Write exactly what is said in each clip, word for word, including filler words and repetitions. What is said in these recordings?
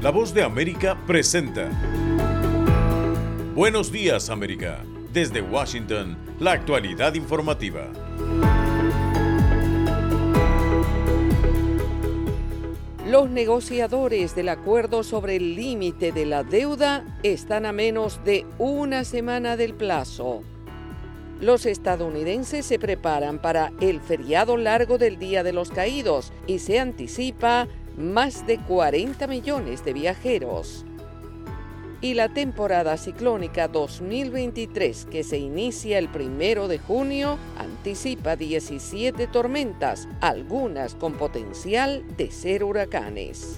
La Voz de América presenta Buenos Días, América. Desde Washington, la actualidad informativa. Los negociadores del acuerdo sobre el límite de la deuda están a menos de una semana del plazo. Los estadounidenses se preparan para el feriado largo del Día de los Caídos y se anticipa más de cuarenta millones de viajeros. Y la temporada ciclónica dos mil veintitrés, que se inicia el primero de junio, anticipa diecisiete tormentas, algunas con potencial de ser huracanes.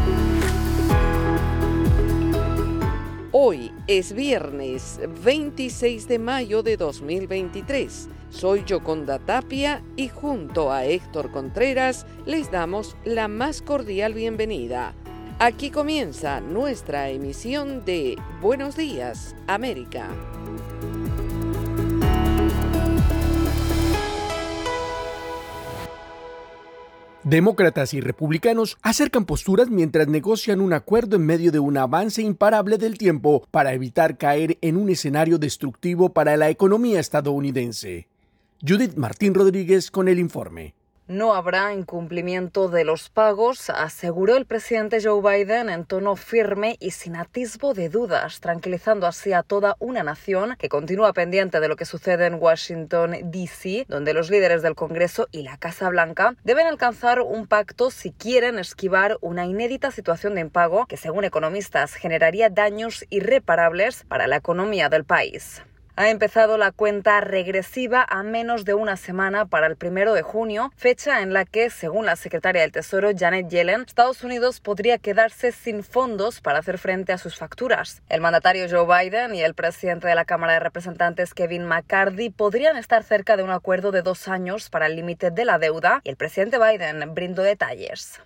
Hoy es viernes veintiséis de mayo de dos mil veintitrés. Soy Yoconda Tapia y junto a Héctor Contreras les damos la más cordial bienvenida. Aquí comienza nuestra emisión de Buenos Días, América. Demócratas y republicanos acercan posturas mientras negocian un acuerdo en medio de un avance imparable del tiempo para evitar caer en un escenario destructivo para la economía estadounidense. Judith Martín Rodríguez con el informe. No habrá incumplimiento de los pagos, aseguró el presidente Joe Biden en tono firme y sin atisbo de dudas, tranquilizando así a toda una nación que continúa pendiente de lo que sucede en Washington, D C, donde los líderes del Congreso y la Casa Blanca deben alcanzar un pacto si quieren esquivar una inédita situación de impago que, según economistas, generaría daños irreparables para la economía del país. Ha empezado la cuenta regresiva a menos de una semana para el primero de junio, fecha en la que, según la secretaria del Tesoro Janet Yellen, Estados Unidos podría quedarse sin fondos para hacer frente a sus facturas. El mandatario Joe Biden y el presidente de la Cámara de Representantes Kevin McCarthy podrían estar cerca de un acuerdo de dos años para el límite de la deuda y el presidente Biden brindó detalles.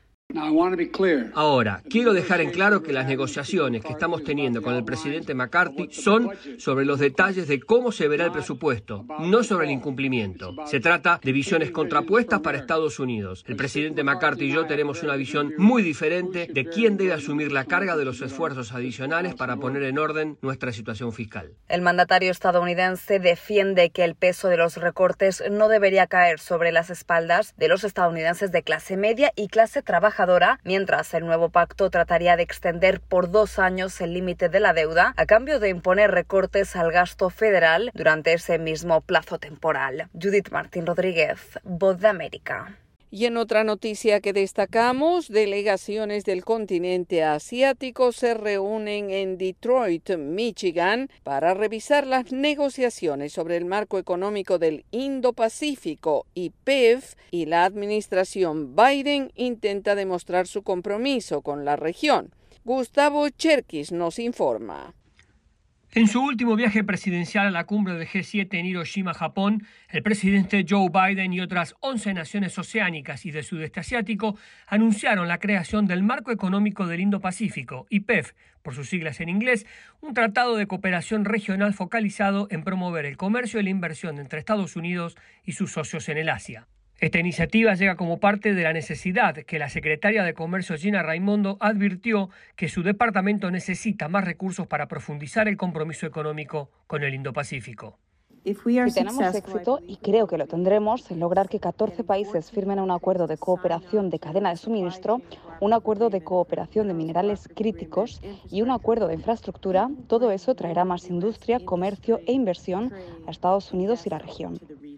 Ahora, quiero dejar en claro que las negociaciones que estamos teniendo con el presidente McCarthy son sobre los detalles de cómo se verá el presupuesto, no sobre el incumplimiento. Se trata de visiones contrapuestas para Estados Unidos. El presidente McCarthy y yo tenemos una visión muy diferente de quién debe asumir la carga de los esfuerzos adicionales para poner en orden nuestra situación fiscal. El mandatario estadounidense defiende que el peso de los recortes no debería caer sobre las espaldas de los estadounidenses de clase media y clase trabajadora, mientras el nuevo pacto trataría de extender por dos años el límite de la deuda a cambio de imponer recortes al gasto federal durante ese mismo plazo temporal. Judith Martín Rodríguez, Voz de América. Y en otra noticia que destacamos, delegaciones del continente asiático se reúnen en Detroit, Michigan, para revisar las negociaciones sobre el marco económico del Indo-Pacífico, I P E F, y la administración Biden intenta demostrar su compromiso con la región. Gustavo Cherkis nos informa. En su último viaje presidencial a la cumbre del G siete en Hiroshima, Japón, el presidente Joe Biden y otras once naciones oceánicas y del sudeste asiático anunciaron la creación del Marco Económico del Indo-Pacífico, I P E F, por sus siglas en inglés, un tratado de cooperación regional focalizado en promover el comercio y la inversión entre Estados Unidos y sus socios en el Asia. Esta iniciativa llega como parte de la necesidad que la secretaria de Comercio Gina Raimondo advirtió que su departamento necesita más recursos para profundizar el compromiso económico con el Indo-Pacífico. Si tenemos éxito, y creo que lo tendremos, en lograr que catorce países firmen un acuerdo de cooperación de cadena de suministro, un acuerdo de cooperación de minerales críticos y un acuerdo de infraestructura, todo eso traerá más industria, comercio e inversión a Estados Unidos y la región.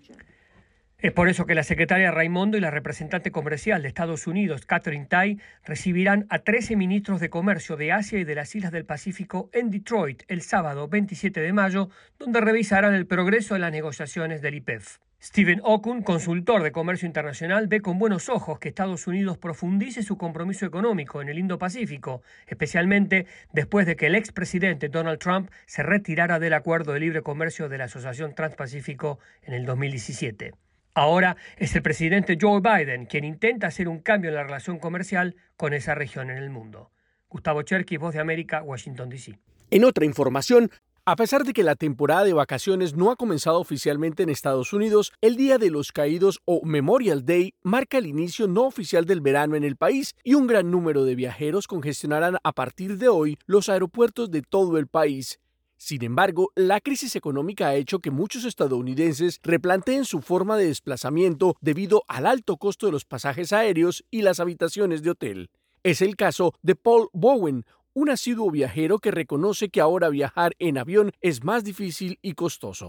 Es por eso que la secretaria Raimondo y la representante comercial de Estados Unidos, Katherine Tai, recibirán a trece ministros de comercio de Asia y de las Islas del Pacífico en Detroit el sábado veintisiete de mayo, donde revisarán el progreso de las negociaciones del I P E F. Stephen Okun, consultor de comercio internacional, ve con buenos ojos que Estados Unidos profundice su compromiso económico en el Indo-Pacífico, especialmente después de que el expresidente Donald Trump se retirara del acuerdo de libre comercio de la Asociación Transpacífico en el dos mil diecisiete. Ahora es el presidente Joe Biden quien intenta hacer un cambio en la relación comercial con esa región en el mundo. Gustavo Cherkis, Voz de América, Washington, D C. En otra información, A pesar de que la temporada de vacaciones no ha comenzado oficialmente en Estados Unidos, el Día de los Caídos o Memorial Day marca el inicio no oficial del verano en el país y un gran número de viajeros congestionarán a partir de hoy los aeropuertos de todo el país. Sin embargo, la crisis económica ha hecho que muchos estadounidenses replanteen su forma de desplazamiento debido al alto costo de los pasajes aéreos y las habitaciones de hotel. Es el caso de Paul Bowen, un asiduo viajero que reconoce que ahora viajar en avión es más difícil y costoso.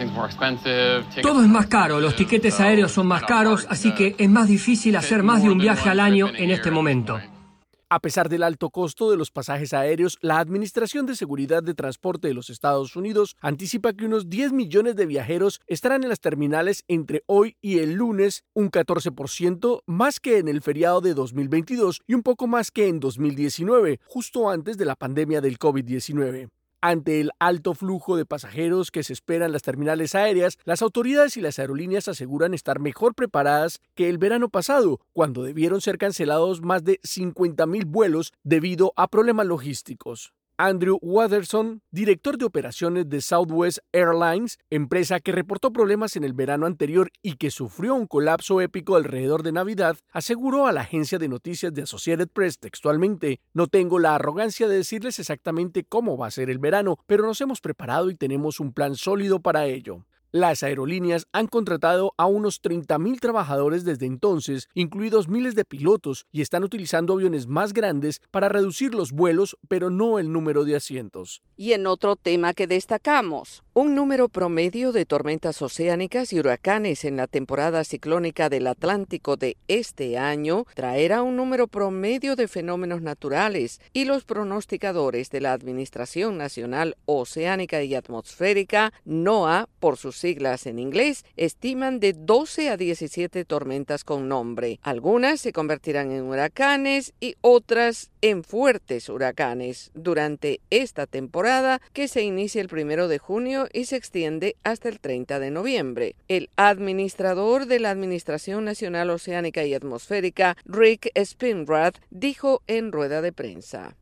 Todo es más caro, los tiquetes aéreos son más caros, así que es más difícil hacer más de un viaje al año en este momento. A pesar del alto costo de los pasajes aéreos, la Administración de Seguridad de Transporte de los Estados Unidos anticipa que unos diez millones de viajeros estarán en las terminales entre hoy y el lunes, un catorce por ciento más que en el feriado de dos mil veintidós y un poco más que en dos mil diecinueve, justo antes de la pandemia del COVID diecinueve. Ante el alto flujo de pasajeros que se espera en las terminales aéreas, las autoridades y las aerolíneas aseguran estar mejor preparadas que el verano pasado, cuando debieron ser cancelados más de cincuenta mil vuelos debido a problemas logísticos. Andrew Watterson, director de operaciones de Southwest Airlines, empresa que reportó problemas en el verano anterior y que sufrió un colapso épico alrededor de Navidad, aseguró a la agencia de noticias de Associated Press textualmente: "No tengo la arrogancia de decirles exactamente cómo va a ser el verano, pero nos hemos preparado y tenemos un plan sólido para ello". Las aerolíneas han contratado a unos treinta mil trabajadores desde entonces, incluidos miles de pilotos, y están utilizando aviones más grandes para reducir los vuelos, pero no el número de asientos. Y en otro tema que destacamos, un número promedio de tormentas oceánicas y huracanes en la temporada ciclónica del Atlántico de este año traerá un número promedio de fenómenos naturales, y los pronosticadores de la Administración Nacional Oceánica y Atmosférica, NOAA, por sus siglas en inglés, estiman de doce a diecisiete tormentas con nombre. Algunas se convertirán en huracanes y otras en fuertes huracanes durante esta temporada, que se inicia el primero de junio y se extiende hasta el treinta de noviembre. El administrador de la Administración Nacional Oceánica y Atmosférica, Rick Spinrad, dijo en rueda de prensa: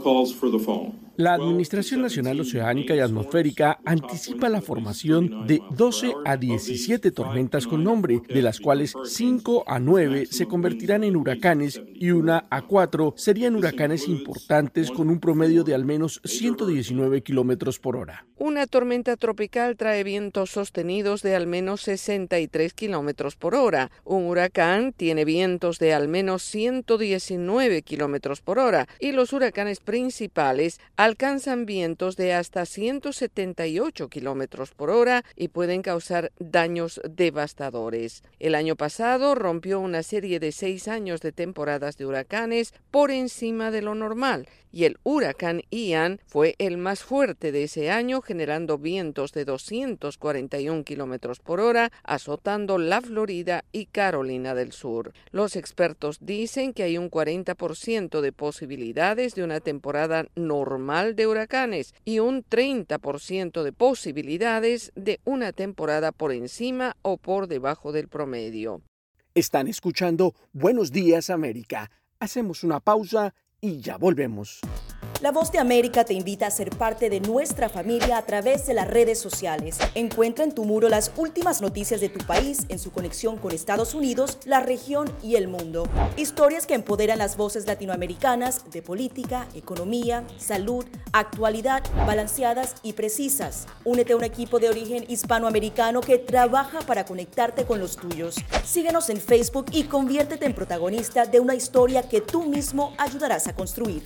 La Administración Nacional Oceánica y Atmosférica anticipa la formación de doce a diecisiete tormentas con nombre, de las cuales cinco a nueve se convertirán en huracanes y una a cuatro serían huracanes importantes con un promedio de al menos ciento diecinueve kilómetros por hora. Una tormenta tropical trae vientos sostenidos de al menos sesenta y tres kilómetros por hora. Un huracán tiene vientos de al menos ciento diecinueve kilómetros por hora y los huracanes principales alcanzan vientos de hasta ciento setenta y ocho kilómetros por hora y pueden causar daños devastadores. El año pasado rompió una serie de seis años de temporadas de huracanes por encima de lo normal, y el huracán Ian fue el más fuerte de ese año, generando vientos de doscientos cuarenta y un kilómetros por hora, azotando la Florida y Carolina del Sur. Los expertos dicen que hay un cuarenta por ciento de posibilidades de una temporada normal de huracanes y un treinta por ciento de posibilidades de una temporada por encima o por debajo del promedio. Están escuchando Buenos Días América. Hacemos una pausa y ya volvemos. La Voz de América te invita a ser parte de nuestra familia a través de las redes sociales. Encuentra en tu muro las últimas noticias de tu país en su conexión con Estados Unidos, la región y el mundo. Historias que empoderan las voces latinoamericanas de política, economía, salud, actualidad, balanceadas y precisas. Únete a un equipo de origen hispanoamericano que trabaja para conectarte con los tuyos. Síguenos en Facebook y conviértete en protagonista de una historia que tú mismo ayudarás a construir.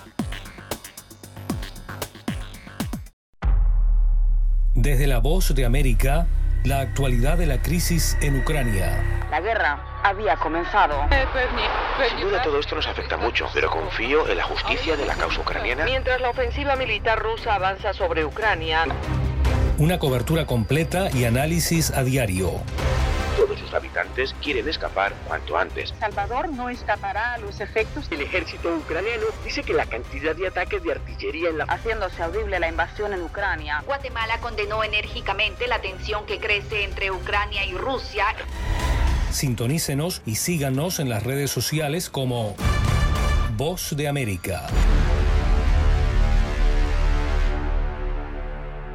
Desde la Voz de América, la actualidad de la crisis en Ucrania. La guerra había comenzado. Sin duda todo esto nos afecta mucho, pero confío en la justicia de la causa ucraniana. Mientras la ofensiva militar rusa avanza sobre Ucrania. Una cobertura completa y análisis a diario. Todos sus habitantes quieren escapar cuanto antes. Salvador no escapará a los efectos. El ejército ucraniano dice que la cantidad de ataques de artillería en la... haciéndose audible la invasión en Ucrania. Guatemala condenó enérgicamente la tensión que crece entre Ucrania y Rusia. Sintonícenos y síganos en las redes sociales como Voz de América.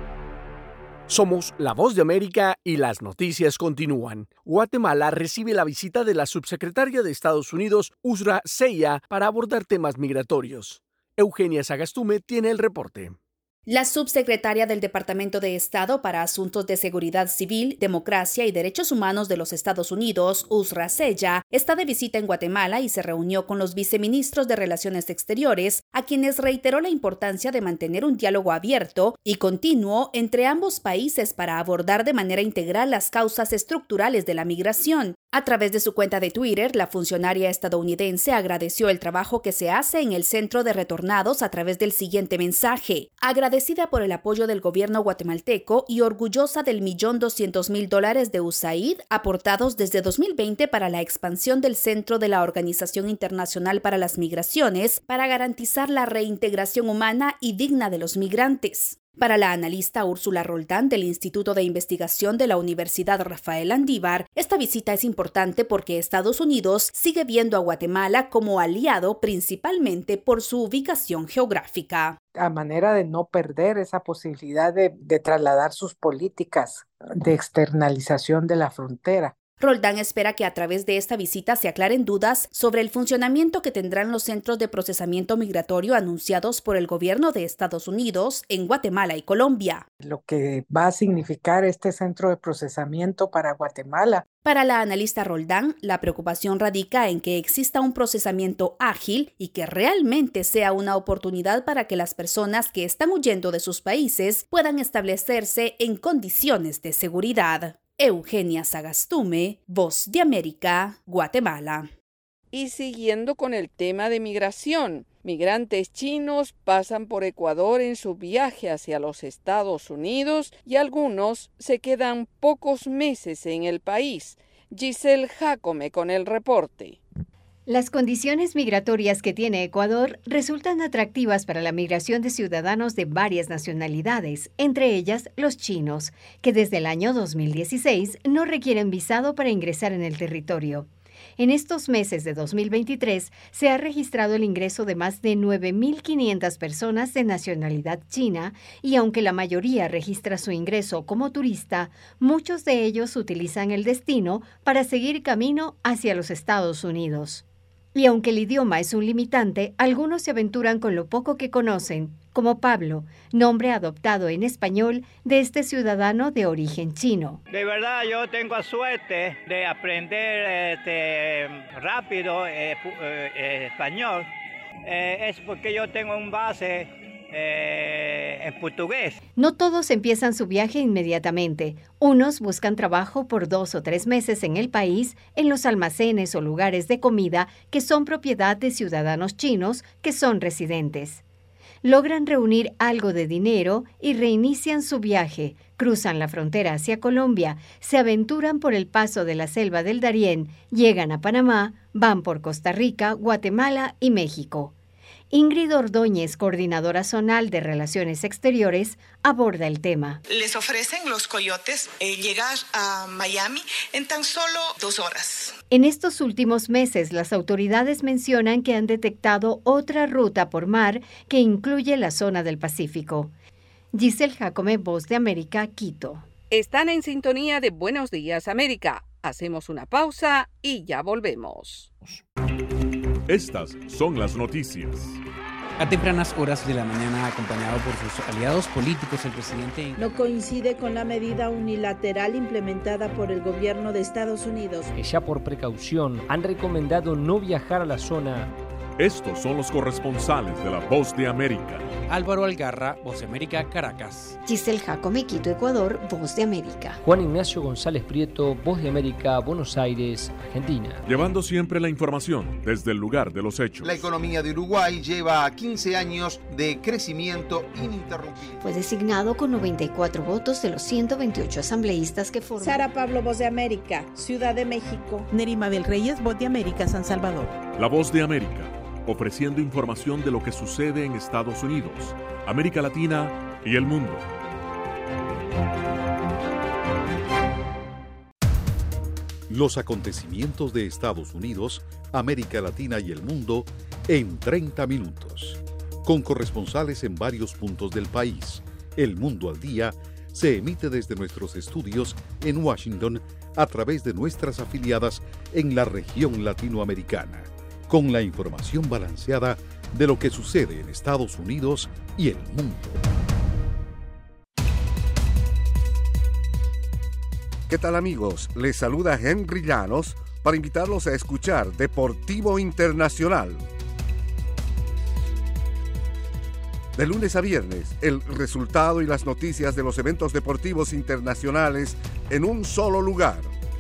Somos La Voz de América y las noticias continúan. Guatemala recibe la visita de la subsecretaria de Estados Unidos, Uzra Zeya, para abordar temas migratorios. Eugenia Sagastume tiene el reporte. La subsecretaria del Departamento de Estado para Asuntos de Seguridad Civil, Democracia y Derechos Humanos de los Estados Unidos, Uzra Zeya, está de visita en Guatemala y se reunió con los viceministros de Relaciones Exteriores, a quienes reiteró la importancia de mantener un diálogo abierto y continuo entre ambos países para abordar de manera integral las causas estructurales de la migración. A través de su cuenta de Twitter, la funcionaria estadounidense agradeció el trabajo que se hace en el Centro de Retornados a través del siguiente mensaje. Agradecida por el apoyo del gobierno guatemalteco y orgullosa del millón doscientos mil dólares de U S A I D aportados desde dos mil veinte para la expansión del Centro de la Organización Internacional para las Migraciones para garantizar la reintegración humana y digna de los migrantes. Para la analista Úrsula Roldán del Instituto de Investigación de la Universidad Rafael Andívar, esta visita es importante porque Estados Unidos sigue viendo a Guatemala como aliado principalmente por su ubicación geográfica. A manera de no perder esa posibilidad de, de trasladar sus políticas de externalización de la frontera. Roldán espera que a través de esta visita se aclaren dudas sobre el funcionamiento que tendrán los centros de procesamiento migratorio anunciados por el gobierno de Estados Unidos en Guatemala y Colombia. Lo que va a significar este centro de procesamiento para Guatemala. Para la analista Roldán, la preocupación radica en que exista un procesamiento ágil y que realmente sea una oportunidad para que las personas que están huyendo de sus países puedan establecerse en condiciones de seguridad. Eugenia Sagastume, Voz de América, Guatemala. Y siguiendo con el tema de migración, migrantes chinos pasan por Ecuador en su viaje hacia los Estados Unidos y algunos se quedan pocos meses en el país. Giselle Jacome con el reporte. Las condiciones migratorias que tiene Ecuador resultan atractivas para la migración de ciudadanos de varias nacionalidades, entre ellas los chinos, que desde el año dos mil dieciséis no requieren visado para ingresar en el territorio. En estos meses de dos mil veintitrés se ha registrado el ingreso de más de nueve mil quinientas personas de nacionalidad china y aunque la mayoría registra su ingreso como turista, muchos de ellos utilizan el destino para seguir camino hacia los Estados Unidos. Y aunque el idioma es un limitante, algunos se aventuran con lo poco que conocen, como Pablo, nombre adoptado en español de este ciudadano de origen chino. De verdad yo tengo suerte de aprender este, rápido eh, eh, español. Eh, es porque yo tengo un base Eh, en portugués. No todos empiezan su viaje inmediatamente. Unos buscan trabajo por dos o tres meses en el país, en los almacenes o lugares de comida que son propiedad de ciudadanos chinos que son residentes. Logran reunir algo de dinero y reinician su viaje, cruzan la frontera hacia Colombia, se aventuran por el paso de la selva del Darién, llegan a Panamá, van por Costa Rica, Guatemala y México. Ingrid Ordóñez, coordinadora zonal de Relaciones Exteriores, aborda el tema. Les ofrecen los coyotes eh, llegar a Miami en tan solo dos horas. En estos últimos meses, las autoridades mencionan que han detectado otra ruta por mar que incluye la zona del Pacífico. Giselle Jacome, Voz de América, Quito. Están en sintonía de Buenos Días, América. Hacemos una pausa y ya volvemos. Estas son las noticias. A tempranas horas de la mañana, acompañado por sus aliados políticos, el presidente... No coincide con la medida unilateral implementada por el gobierno de Estados Unidos. Que ya por precaución han recomendado no viajar a la zona. Estos son los corresponsales de La Voz de América. Álvaro Algarra, Voz de América, Caracas. Giselle Jacome, Quito, Ecuador, Voz de América. Juan Ignacio González Prieto, Voz de América, Buenos Aires, Argentina. Llevando siempre la información desde el lugar de los hechos. La economía de Uruguay lleva quince años de crecimiento ininterrumpido. Fue designado con noventa y cuatro votos de los ciento veintiocho asambleístas que forman. Sara Pablo, Voz de América, Ciudad de México. Nerima Mabel Reyes, Voz de América, San Salvador. La Voz de América, ofreciendo información de lo que sucede en Estados Unidos, América Latina y el mundo. Los acontecimientos de Estados Unidos, América Latina y el mundo en treinta minutos. Con corresponsales en varios puntos del país. El Mundo al Día se emite desde nuestros estudios en Washington a través de nuestras afiliadas en la región latinoamericana, con la información balanceada de lo que sucede en Estados Unidos y el mundo. ¿Qué tal, amigos? Les saluda Henry Llanos para invitarlos a escuchar Deportivo Internacional. De lunes a viernes, el resultado y las noticias de los eventos deportivos internacionales en un solo lugar.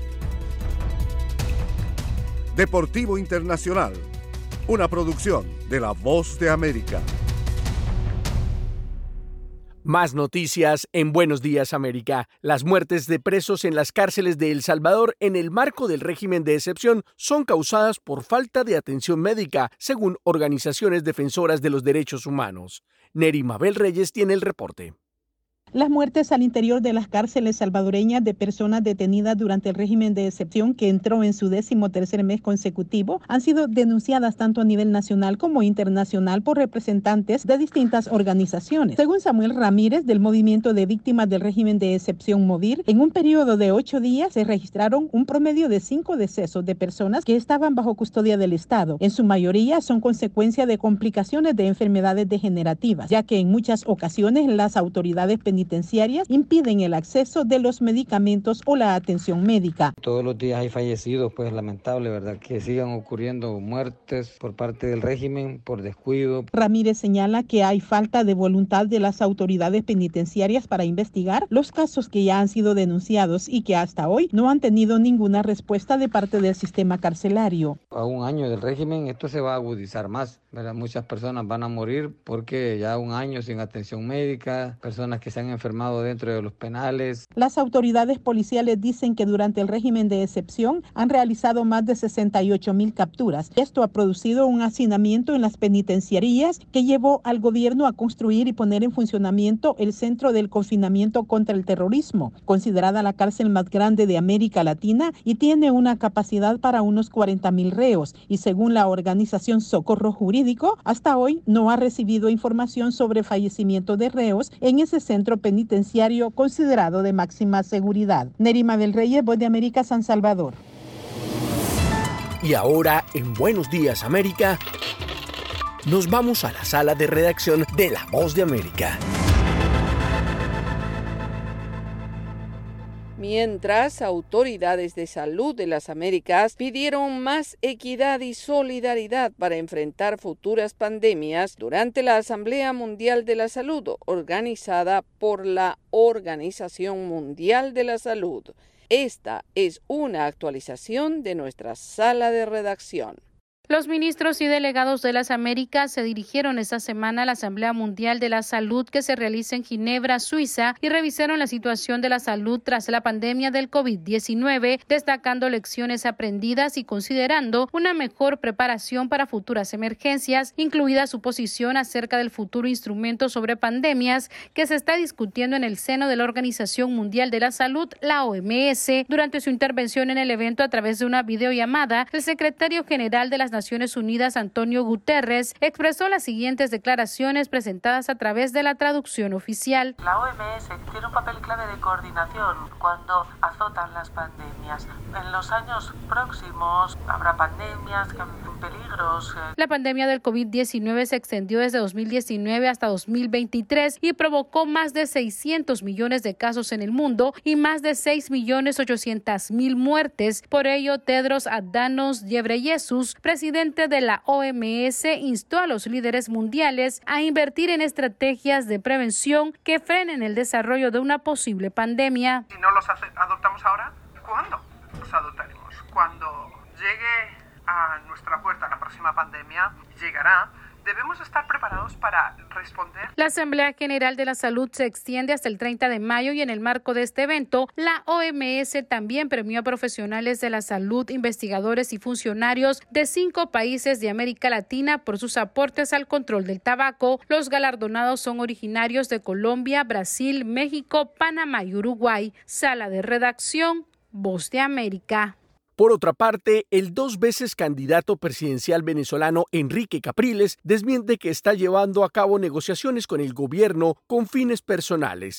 Deportivo Internacional, una producción de La Voz de América. Más noticias en Buenos Días América. Las muertes de presos en las cárceles de El Salvador en el marco del régimen de excepción son causadas por falta de atención médica, según organizaciones defensoras de los derechos humanos. Neri Mabel Reyes tiene el reporte. Las muertes al interior de las cárceles salvadoreñas de personas detenidas durante el régimen de excepción, que entró en su décimo tercer mes consecutivo, han sido denunciadas tanto a nivel nacional como internacional por representantes de distintas organizaciones. Según Samuel Ramírez, del Movimiento de Víctimas del Régimen de Excepción MOVIR, en un periodo de ocho días se registraron un promedio de cinco decesos de personas que estaban bajo custodia del Estado. En su mayoría son consecuencia de complicaciones de enfermedades degenerativas, ya que en muchas ocasiones las autoridades penitenciarias penitenciarias impiden el acceso de los medicamentos o la atención médica. Todos los días hay fallecidos, pues lamentable, ¿verdad? Que sigan ocurriendo muertes por parte del régimen por descuido. Ramírez señala que hay falta de voluntad de las autoridades penitenciarias para investigar los casos que ya han sido denunciados y que hasta hoy no han tenido ninguna respuesta de parte del sistema carcelario. A un año del régimen esto se va a agudizar más, ¿verdad? Muchas personas van a morir porque ya un año sin atención médica, personas que se han enfermado dentro de los penales. Las autoridades policiales dicen que durante el régimen de excepción han realizado más de sesenta y ocho mil capturas. Esto ha producido un hacinamiento en las penitenciarías que llevó al gobierno a construir y poner en funcionamiento el Centro del Confinamiento contra el Terrorismo, considerada la cárcel más grande de América Latina y tiene una capacidad para unos cuarenta mil reos. Y según la organización Socorro Jurídico, hasta hoy no ha recibido información sobre fallecimiento de reos en ese centro penitenciario considerado de máxima seguridad. Neri Mabel Reyes, Voz de América, San Salvador. Y ahora, en Buenos Días América, nos vamos a la sala de redacción de La Voz de América. Mientras, autoridades de salud de las Américas pidieron más equidad y solidaridad para enfrentar futuras pandemias durante la Asamblea Mundial de la Salud, organizada por la Organización Mundial de la Salud. Esta es una actualización de nuestra sala de redacción. Los ministros y delegados de las Américas se dirigieron esta semana a la Asamblea Mundial de la Salud que se realiza en Ginebra, Suiza, y revisaron la situación de la salud tras la pandemia del COVID diecinueve, destacando lecciones aprendidas y considerando una mejor preparación para futuras emergencias, incluida su posición acerca del futuro instrumento sobre pandemias que se está discutiendo en el seno de la Organización Mundial de la Salud, la O M S. Durante su intervención en el evento a través de una videollamada, el secretario general de las Naciones Unidas, Antonio Guterres, expresó las siguientes declaraciones presentadas a través de la traducción oficial. La O M S tiene un papel clave de coordinación cuando azotan las pandemias. En los años próximos habrá pandemias, peligros. La pandemia del COVID diecinueve se extendió desde dos mil diecinueve hasta dos mil veintitrés y provocó más de seiscientos millones de casos en el mundo y más de seis millones ochocientas mil muertes. Por ello, Tedros Adhanom Ghebreyesus, presidente de la O M S, instó a los líderes mundiales a invertir en estrategias de prevención que frenen el desarrollo de una posible pandemia. Si no los adoptamos ahora, ¿cuándo los adoptaremos? Cuando llegue a nuestra puerta la próxima pandemia, llegará. Debemos estar preparados para responder. La Asamblea General de la Salud se extiende hasta el treinta de mayo y en el marco de este evento, la O M S también premió a profesionales de la salud, investigadores y funcionarios de cinco países de América Latina por sus aportes al control del tabaco. Los galardonados son originarios de Colombia, Brasil, México, Panamá y Uruguay. Sala de redacción, Voz de América. Por otra parte, el dos veces candidato presidencial venezolano Enrique Capriles desmiente que está llevando a cabo negociaciones con el gobierno con fines personales.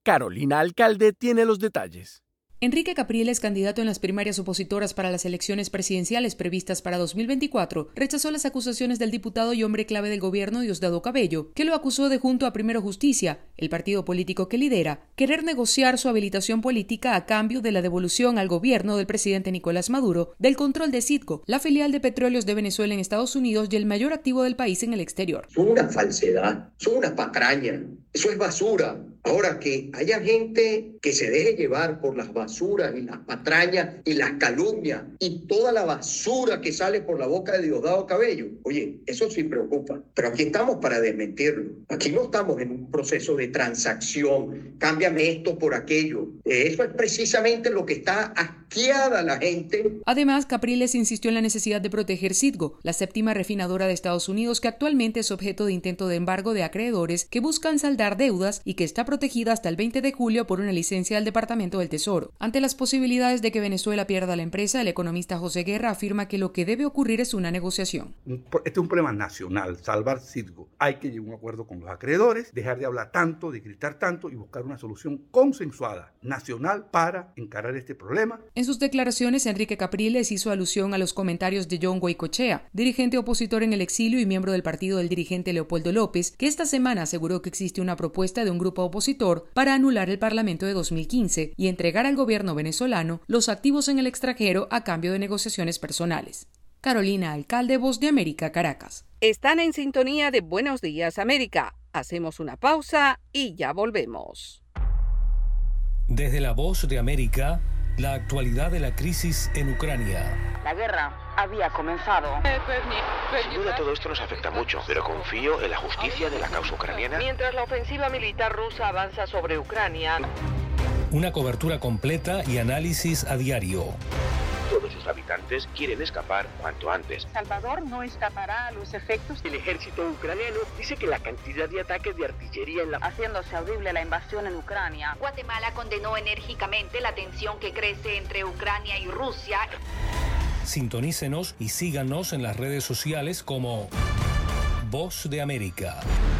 Carolina Alcalde tiene los detalles. Enrique Capriles, candidato en las primarias opositoras para las elecciones presidenciales previstas para dos mil veinticuatro, rechazó las acusaciones del diputado y hombre clave del gobierno Diosdado Cabello, que lo acusó de, junto a Primero Justicia, el partido político que lidera, querer negociar su habilitación política a cambio de la devolución al gobierno del presidente Nicolás Maduro del control de Citgo, la filial de petróleos de Venezuela en Estados Unidos y el mayor activo del país en el exterior. Son una falsedad, son una patraña, eso es basura. Ahora, que haya gente que se deje llevar por las basuras y las patrañas y las calumnias y toda la basura que sale por la boca de Diosdado Cabello, oye, eso sí preocupa. Pero aquí estamos para desmentirlo. Aquí no estamos en un proceso de transacción, cámbiame esto por aquello. Eso es precisamente lo que está asqueada la gente. Además, Capriles insistió en la necesidad de proteger Citgo, la séptima refinadora de Estados Unidos que actualmente es objeto de intento de embargo de acreedores que buscan saldar deudas y que está protegida hasta el veinte de julio por una licencia del Departamento del Tesoro. Ante las posibilidades de que Venezuela pierda la empresa, el economista José Guerra afirma que lo que debe ocurrir es una negociación. Este es un problema nacional, salvar Citgo. Hay que llegar a un acuerdo con los acreedores, dejar de hablar tanto, de gritar tanto y buscar una solución consensuada, nacional, para encarar este problema. En sus declaraciones, Enrique Capriles hizo alusión a los comentarios de John Goycochea, dirigente opositor en el exilio y miembro del partido del dirigente Leopoldo López, que esta semana aseguró que existe una propuesta de un grupo opositor para anular el Parlamento de dos mil quince y entregar al gobierno venezolano los activos en el extranjero a cambio de negociaciones personales. Carolina Alcalde, Voz de América, Caracas. Están en sintonía de Buenos Días, América. Hacemos una pausa y ya volvemos. Desde la Voz de América, la actualidad de la crisis en Ucrania. La guerra había comenzado. Sin duda todo esto nos afecta mucho, pero confío en la justicia de la causa ucraniana. Mientras la ofensiva militar rusa avanza sobre Ucrania. Una cobertura completa y análisis a diario. Todos sus habitantes quieren escapar cuanto antes. Salvador no escapará a los efectos. El ejército ucraniano dice que la cantidad de ataques de artillería en la... haciéndose audible la invasión en Ucrania. Guatemala condenó enérgicamente la tensión que crece entre Ucrania y Rusia. Sintonícenos y síganos en las redes sociales como Voz de América.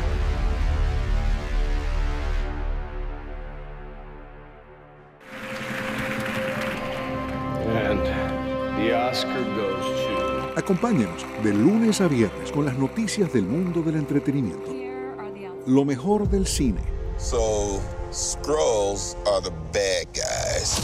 And the Oscar goes to... Acompáñenos de lunes a viernes con las noticias del mundo del entretenimiento. Lo mejor del cine. So, Skrulls are the bad guys.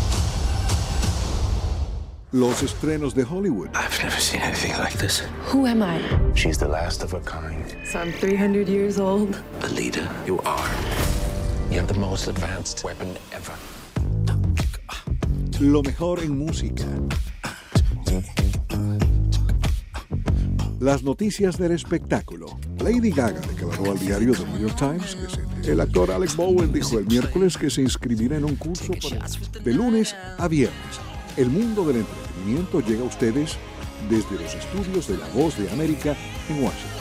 Los estrenos de Hollywood. I've never seen anything like this. Who am I? She's the last of her kind. So I'm three hundred years old. Alita, you are. You have the most advanced weapon ever. Lo mejor en música. Las noticias del espectáculo. Lady Gaga declaró al diario The New York Times que se... El actor Alec Bowen dijo el miércoles que se inscribirá en un curso para... de lunes a viernes. El mundo del entretenimiento llega a ustedes desde los estudios de La Voz de América en Washington.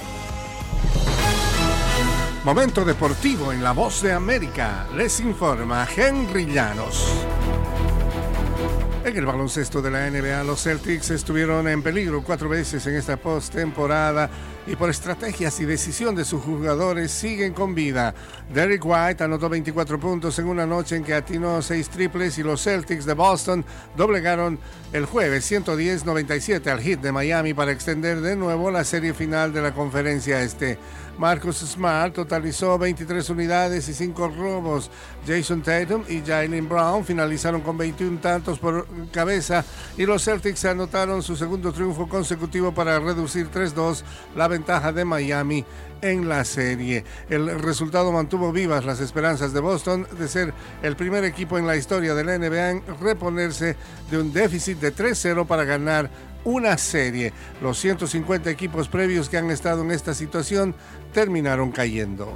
Momento deportivo en La Voz de América. Les informa Henry Llanos. En el baloncesto de la N B A, los Celtics estuvieron en peligro cuatro veces en esta postemporada y por estrategias y decisión de sus jugadores siguen con vida. Derrick White anotó veinticuatro puntos en una noche en que atinó seis triples y los Celtics de Boston doblegaron el jueves ciento diez a noventa y siete al Heat de Miami para extender de nuevo la serie final de la Conferencia Este. Marcus Smart totalizó veintitrés unidades y cinco robos. Jason Tatum y Jaylen Brown finalizaron con veintiún tantos por cabeza y los Celtics anotaron su segundo triunfo consecutivo para reducir tres dos la ventaja de Miami en la serie. El resultado mantuvo vivas las esperanzas de Boston de ser el primer equipo en la historia de la N B A en reponerse de un déficit de tres cero para ganar una serie. Los ciento cincuenta equipos previos que han estado en esta situación terminaron cayendo.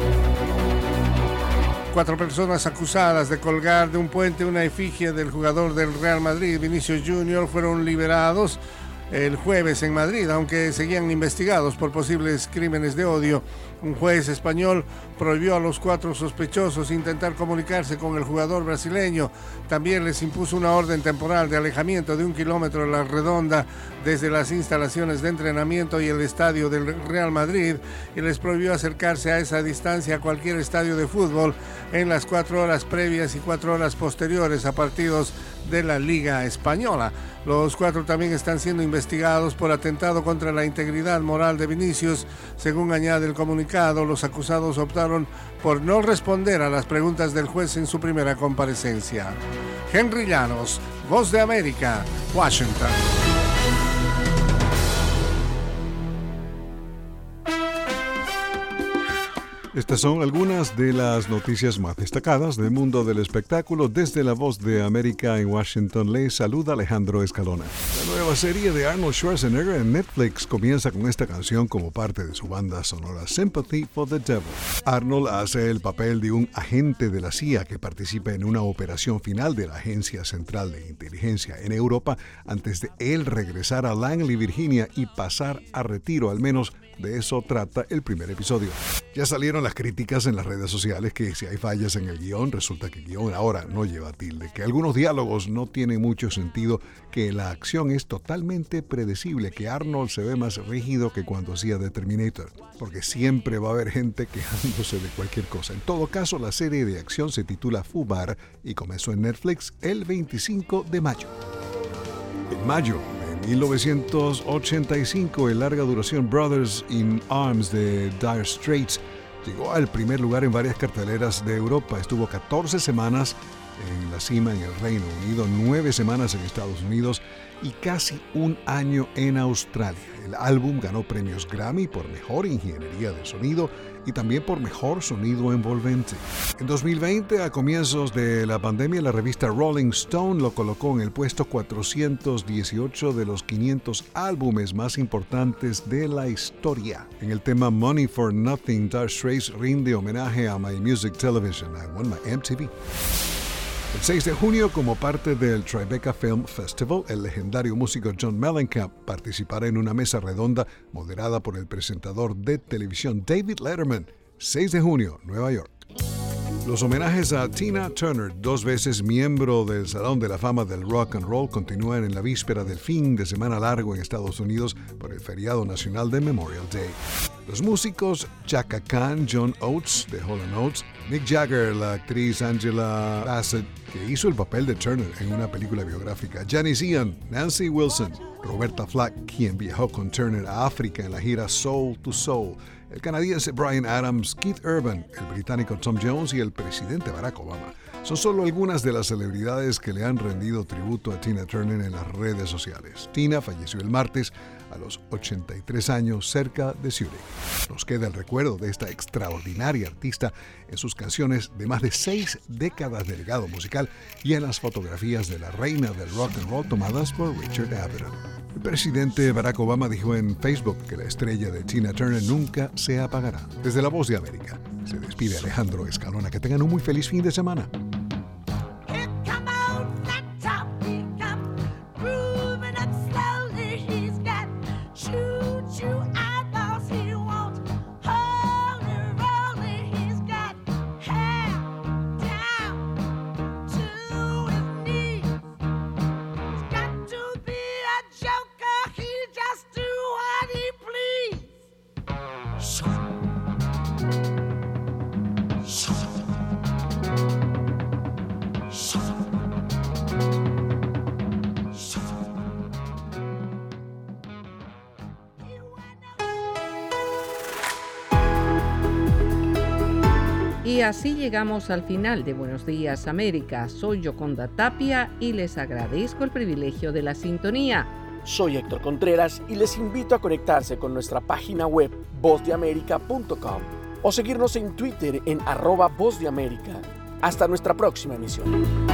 Cuatro personas acusadas de colgar de un puente una efigie del jugador del Real Madrid, Vinicius Junior, fueron liberados el jueves en Madrid, aunque seguían investigados por posibles crímenes de odio. Un juez español prohibió a los cuatro sospechosos intentar comunicarse con el jugador brasileño. También les impuso una orden temporal de alejamiento de un kilómetro a la redonda desde las instalaciones de entrenamiento y el estadio del Real Madrid, y les prohibió acercarse a esa distancia a cualquier estadio de fútbol en las cuatro horas previas y cuatro horas posteriores a partidos de la Liga Española. Los cuatro también están siendo investigados por atentado contra la integridad moral de Vinicius. Según añade el comunicado, los acusados optaron por no responder a las preguntas del juez en su primera comparecencia. Henry Llanos, Voz de América, Washington. Estas son algunas de las noticias más destacadas del mundo del espectáculo. Desde La Voz de América en Washington, les saluda Alejandro Escalona. La nueva serie de Arnold Schwarzenegger en Netflix comienza con esta canción como parte de su banda sonora Sympathy for the Devil. Arnold hace el papel de un agente de la C I A que participa en una operación final de la Agencia Central de Inteligencia en Europa antes de él regresar a Langley, Virginia, y pasar a retiro. Al menos de eso trata el primer episodio. Ya salieron las críticas en las redes sociales que si hay fallas en el guión, resulta que el guión ahora no lleva tilde, que algunos diálogos no tienen mucho sentido, que la acción es totalmente predecible, que Arnold se ve más rígido que cuando hacía The Terminator, porque siempre va a haber gente quejándose de cualquier cosa. En todo caso, la serie de acción se titula Fubar y comenzó en Netflix el veinticinco de mayo. En mayo de mil novecientos ochenta y cinco, el larga duración Brothers in Arms de Dire Straits llegó al primer lugar en varias carteleras de Europa. Estuvo catorce semanas en la cima en el Reino Unido, nueve semanas en Estados Unidos y casi un año en Australia. El álbum ganó premios Grammy por mejor ingeniería de sonido y también por mejor sonido envolvente. En dos mil veinte, a comienzos de la pandemia, la revista Rolling Stone lo colocó en el puesto cuatrocientos dieciocho de los quinientos álbumes más importantes de la historia. En el tema Money for Nothing, Dire Straits rinde homenaje a My Music Television, I Won My M T V. El seis de junio, como parte del Tribeca Film Festival, el legendario músico John Mellencamp participará en una mesa redonda moderada por el presentador de televisión David Letterman. seis de junio, Nueva York. Los homenajes a Tina Turner, dos veces miembro del Salón de la Fama del Rock and Roll, continúan en la víspera del fin de semana largo en Estados Unidos por el feriado nacional de Memorial Day. Los músicos Chaka Khan, John Oates de Hall and Oates, Mick Jagger, la actriz Angela Bassett, que hizo el papel de Turner en una película biográfica, Janis Ian, Nancy Wilson, Roberta Flack, quien viajó con Turner a África en la gira Soul to Soul, el canadiense Bryan Adams, Keith Urban, el británico Tom Jones y el presidente Barack Obama. Son solo algunas de las celebridades que le han rendido tributo a Tina Turner en las redes sociales. Tina falleció el martes a los ochenta y tres años cerca de Zurich. Nos queda el recuerdo de esta extraordinaria artista en sus canciones de más de seis décadas de legado musical y en las fotografías de la reina del rock and roll tomadas por Richard Avedon. El presidente Barack Obama dijo en Facebook que la estrella de Tina Turner nunca se apagará. Desde La Voz de América, se despide Alejandro Escalona. Que tengan un muy feliz fin de semana. Y así llegamos al final de Buenos Días América. Soy Yoconda Tapia y les agradezco el privilegio de la sintonía. Soy Héctor Contreras y les invito a conectarse con nuestra página web voz de américa punto com o seguirnos en Twitter en arroba Voz de América. Hasta nuestra próxima emisión.